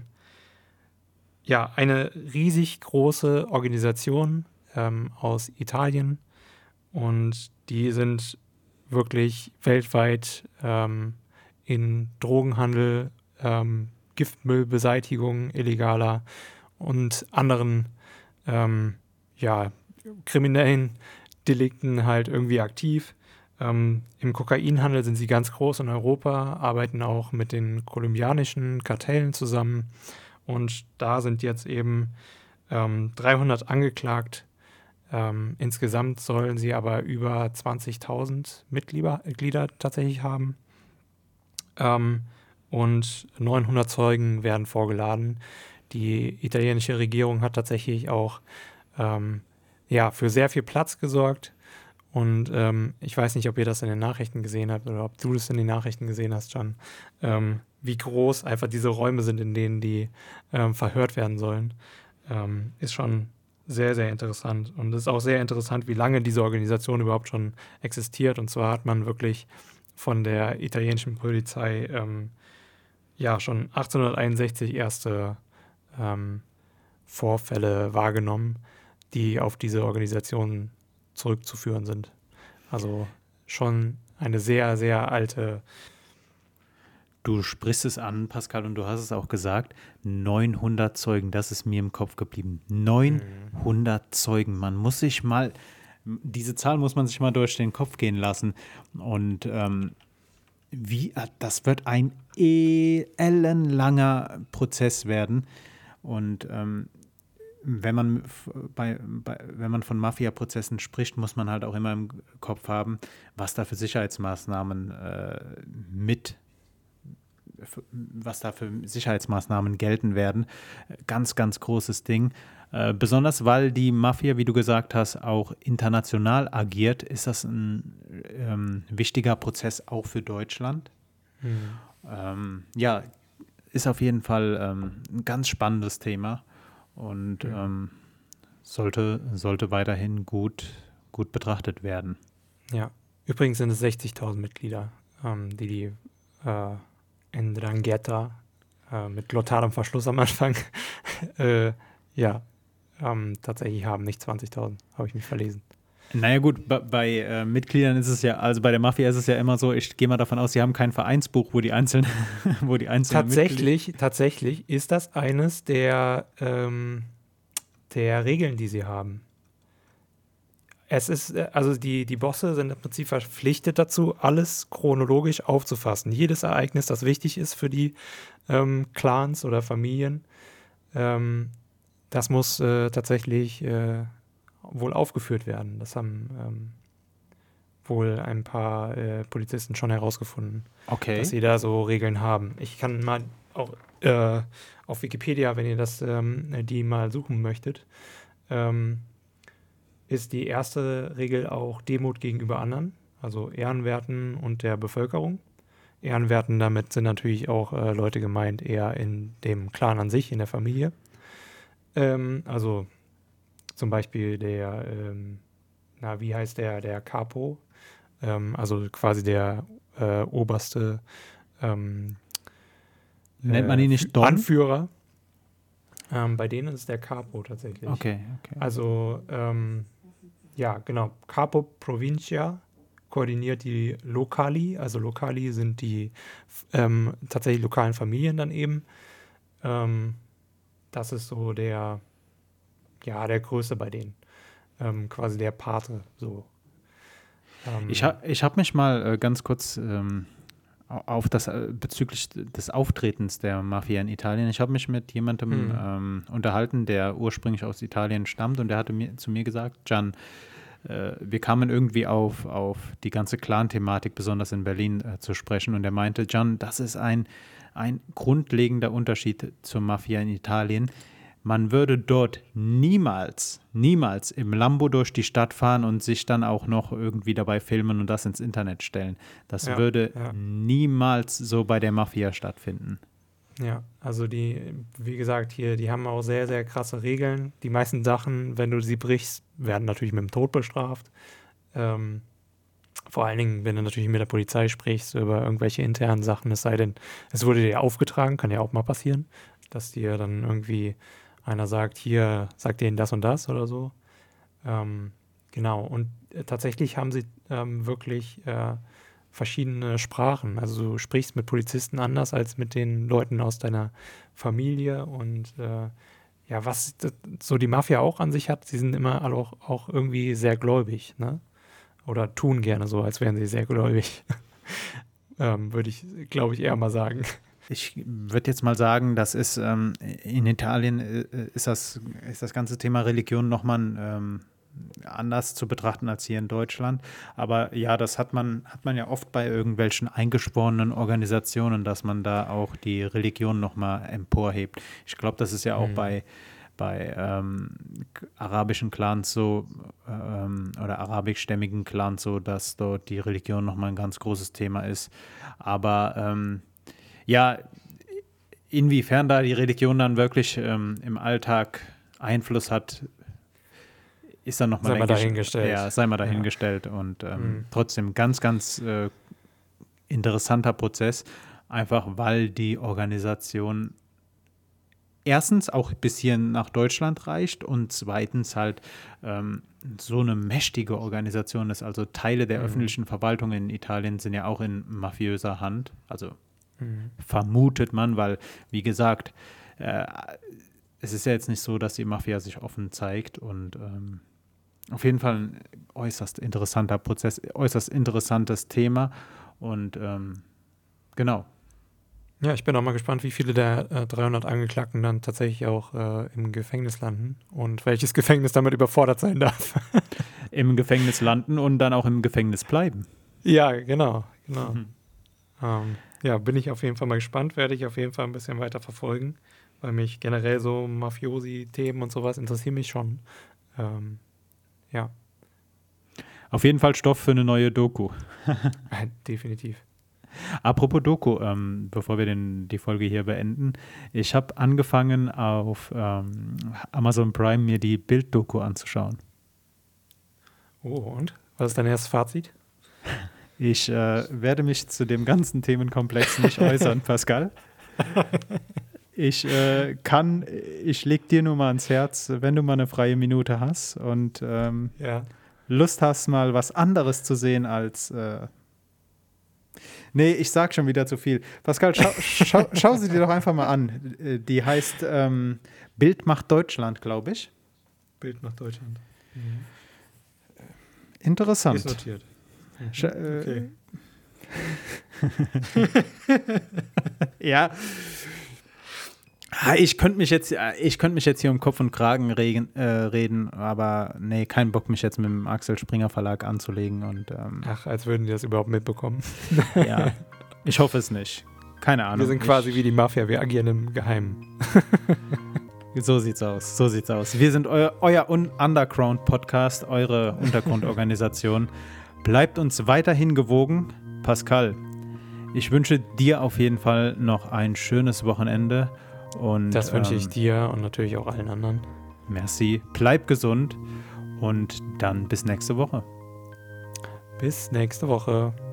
ja, eine riesig große Organisation ähm, aus Italien, und die sind wirklich weltweit ähm, in Drogenhandel, ähm, Giftmüllbeseitigung illegaler und anderen ähm, ja, kriminellen Delikten halt irgendwie aktiv. Ähm, Im Kokainhandel sind sie ganz groß in Europa, arbeiten auch mit den kolumbianischen Kartellen zusammen, und da sind jetzt eben ähm, dreihundert angeklagt. Ähm, insgesamt sollen sie aber über zwanzigtausend Mitglieder, Mitglieder tatsächlich haben. Ähm, und neunhundert Zeugen werden vorgeladen. Die italienische Regierung hat tatsächlich auch ähm, ja, für sehr viel Platz gesorgt. Und ähm, ich weiß nicht, ob ihr das in den Nachrichten gesehen habt oder ob du das in den Nachrichten gesehen hast, John, ähm, wie groß einfach diese Räume sind, in denen die ähm, verhört werden sollen. Ähm, ist schon sehr, sehr interessant. Und es ist auch sehr interessant, wie lange diese Organisation überhaupt schon existiert. Und zwar hat man wirklich von der italienischen Polizei ähm, ja schon achtzehnhunderteinundsechzig erste ähm, Vorfälle wahrgenommen, die auf diese Organisation zurückzuführen sind. Also schon eine sehr, sehr alte. Du sprichst es an, Pascal, und du hast es auch gesagt, neunhundert Zeugen, das ist mir im Kopf geblieben. neunhundert hm. Zeugen, man muss sich mal, diese Zahl muss man sich mal durch den Kopf gehen lassen. Und ähm, wie, das wird ein ellenlanger Prozess werden. Und ähm, wenn man, bei, bei, wenn man von Mafia-Prozessen spricht, muss man halt auch immer im Kopf haben, was da für Sicherheitsmaßnahmen äh, mit was da für Sicherheitsmaßnahmen gelten werden. Ganz, ganz großes Ding. Äh, besonders, weil die Mafia, wie du gesagt hast, auch international agiert, ist das ein ähm, wichtiger Prozess auch für Deutschland. Hm. Ähm, ja, ist auf jeden Fall ähm, ein ganz spannendes Thema und hm. ähm, sollte, sollte weiterhin gut, gut betrachtet werden. Ja, übrigens sind es sechzigtausend Mitglieder, ähm, die die äh, Ndrangheta äh, mit glotalem Verschluss am Anfang äh, ja, ähm, tatsächlich haben, nicht zwanzigtausend, habe ich mich verlesen. Naja gut, bei, bei äh, Mitgliedern ist es ja, also bei der Mafia ist es ja immer so, ich gehe mal davon aus, sie haben kein Vereinsbuch, wo die einzelnen, wo die einzelnen Tatsächlich, Mitglied- tatsächlich ist das eines der, ähm, der Regeln, die sie haben. Es ist, also die, die Bosse sind im Prinzip verpflichtet dazu, alles chronologisch aufzufassen. Jedes Ereignis, das wichtig ist für die ähm, Clans oder Familien, ähm, das muss äh, tatsächlich äh, wohl aufgeführt werden. Das haben ähm, wohl ein paar äh, Polizisten schon herausgefunden, okay. dass sie da so Regeln haben. Ich kann mal auch äh, auf Wikipedia, wenn ihr das ähm, die mal suchen möchtet, ähm, ist die erste Regel auch Demut gegenüber anderen, also Ehrenwerten und der Bevölkerung. Ehrenwerten, damit sind natürlich auch äh, Leute gemeint, eher in dem Clan an sich, in der Familie. Ähm, also zum Beispiel der, ähm, na, wie heißt der, der Capo, ähm, also quasi der äh, oberste ähm, Nennt man ihn nicht Don? Anführer. Ähm, bei denen ist der Capo tatsächlich. Okay, okay. Also, ähm, ja, genau. Capo Provincia koordiniert die Locali. Also Locali sind die ähm, tatsächlich lokalen Familien dann eben. Ähm, das ist so der, ja, der Größte bei denen. Ähm, quasi der Pate, so. Ähm, Ich, ha, ich habe mich mal äh, ganz kurz ähm, auf das äh, bezüglich des Auftretens der Mafia in Italien. Ich habe mich mit jemandem Mhm. ähm, unterhalten, der ursprünglich aus Italien stammt, und der hatte mir, zu mir gesagt, Gian, äh, wir kamen irgendwie auf, auf die ganze Clan-Thematik, besonders in Berlin, äh, zu sprechen, und er meinte, Gian, das ist ein, ein grundlegender Unterschied zur Mafia in Italien. Man würde dort niemals, niemals im Lambo durch die Stadt fahren und sich dann auch noch irgendwie dabei filmen und das ins Internet stellen. Das Ja, würde ja. niemals so bei der Mafia stattfinden. Ja, also die, wie gesagt, hier, die haben auch sehr, sehr krasse Regeln. Die meisten Sachen, wenn du sie brichst, werden natürlich mit dem Tod bestraft. Ähm, vor allen Dingen, wenn du natürlich mit der Polizei sprichst über irgendwelche internen Sachen, es sei denn, es wurde dir aufgetragen, kann ja auch mal passieren, dass dir dann irgendwie einer sagt, hier, sag denen das und das oder so. Ähm, genau, und äh, tatsächlich haben sie ähm, wirklich äh, verschiedene Sprachen. Also du sprichst mit Polizisten anders als mit den Leuten aus deiner Familie. Und äh, ja, was das, so die Mafia auch an sich hat, sie sind immer alle auch, auch irgendwie sehr gläubig, ne? Oder tun gerne so, als wären sie sehr gläubig. ähm, würde ich, glaube ich, eher mal sagen. Ich würde jetzt mal sagen, das ist ähm, in Italien äh, ist das, ist das ganze Thema Religion nochmal ähm, anders zu betrachten als hier in Deutschland. Aber ja, das hat man, hat man ja oft bei irgendwelchen eingeschworenen Organisationen, dass man da auch die Religion nochmal emporhebt. Ich glaube, das ist ja auch Mhm. bei, bei ähm, arabischen Clans so ähm, oder arabischstämmigen Clans so, dass dort die Religion nochmal ein ganz großes Thema ist. Aber ähm, ja, inwiefern da die Religion dann wirklich ähm, im Alltag Einfluss hat, ist dann nochmal, Sei mal denke ich, dahingestellt. ja, sei mal Ja. dahingestellt. Und ähm, Mhm. trotzdem ganz, ganz äh, interessanter Prozess, einfach weil die Organisation erstens auch bis hier nach Deutschland reicht und zweitens halt ähm, so eine mächtige Organisation ist. Also Teile der Mhm. öffentlichen Verwaltung in Italien sind ja auch in mafiöser Hand. Also Mhm. vermutet man, weil, wie gesagt, äh, es ist ja jetzt nicht so, dass die Mafia sich offen zeigt, und ähm, auf jeden Fall ein äußerst interessanter Prozess, äußerst interessantes Thema, und ähm, genau. Ja, ich bin auch mal gespannt, wie viele der äh, dreihundert Angeklagten dann tatsächlich auch äh, im Gefängnis landen und welches Gefängnis damit überfordert sein darf. Im Gefängnis landen und dann auch im Gefängnis bleiben. Ja, genau, genau. Mhm. Ähm, ja, bin ich auf jeden Fall mal gespannt, werde ich auf jeden Fall ein bisschen weiter verfolgen, weil mich generell so Mafiosi-Themen und sowas interessieren mich schon. Ähm, ja, Auf jeden Fall Stoff für eine neue Doku. äh, definitiv. Apropos Doku, ähm, bevor wir den, die Folge hier beenden, ich habe angefangen auf ähm, Amazon Prime mir die Bild-Doku anzuschauen. Oh, und? Was ist dein erstes Fazit? Ich äh, werde mich zu dem ganzen Themenkomplex nicht äußern, Pascal. Ich äh, kann, ich leg dir nur mal ans Herz, wenn du mal eine freie Minute hast und ähm, Ja. Lust hast, mal was anderes zu sehen als äh Nee, ich sag schon wieder zu viel. Pascal, schau, schau, schau sie dir doch einfach mal an. Die heißt ähm, Bild macht Deutschland, glaube ich. Bild nach Deutschland. Mhm. Interessant. Ist notiert. Mhm. Sch äh, Okay. Ja. Ich könnte mich jetzt, ich könnte mich jetzt hier um Kopf und Kragen regen, äh, reden, aber nee, kein Bock, mich jetzt mit dem Axel Springer Verlag anzulegen. Und ähm, Ach, als würden die das überhaupt mitbekommen. ja, ich hoffe es nicht. Keine Ahnung. Wir sind quasi ich, wie die Mafia, wir agieren im Geheimen. So sieht's aus, so sieht's aus. Wir sind euer, euer Underground-Podcast, eure Untergrundorganisation. Bleibt uns weiterhin gewogen. Pascal, ich wünsche dir auf jeden Fall noch ein schönes Wochenende. Und, Das wünsche ich ähm, dir und natürlich auch allen anderen. Merci, bleib gesund und dann bis nächste Woche. Bis nächste Woche.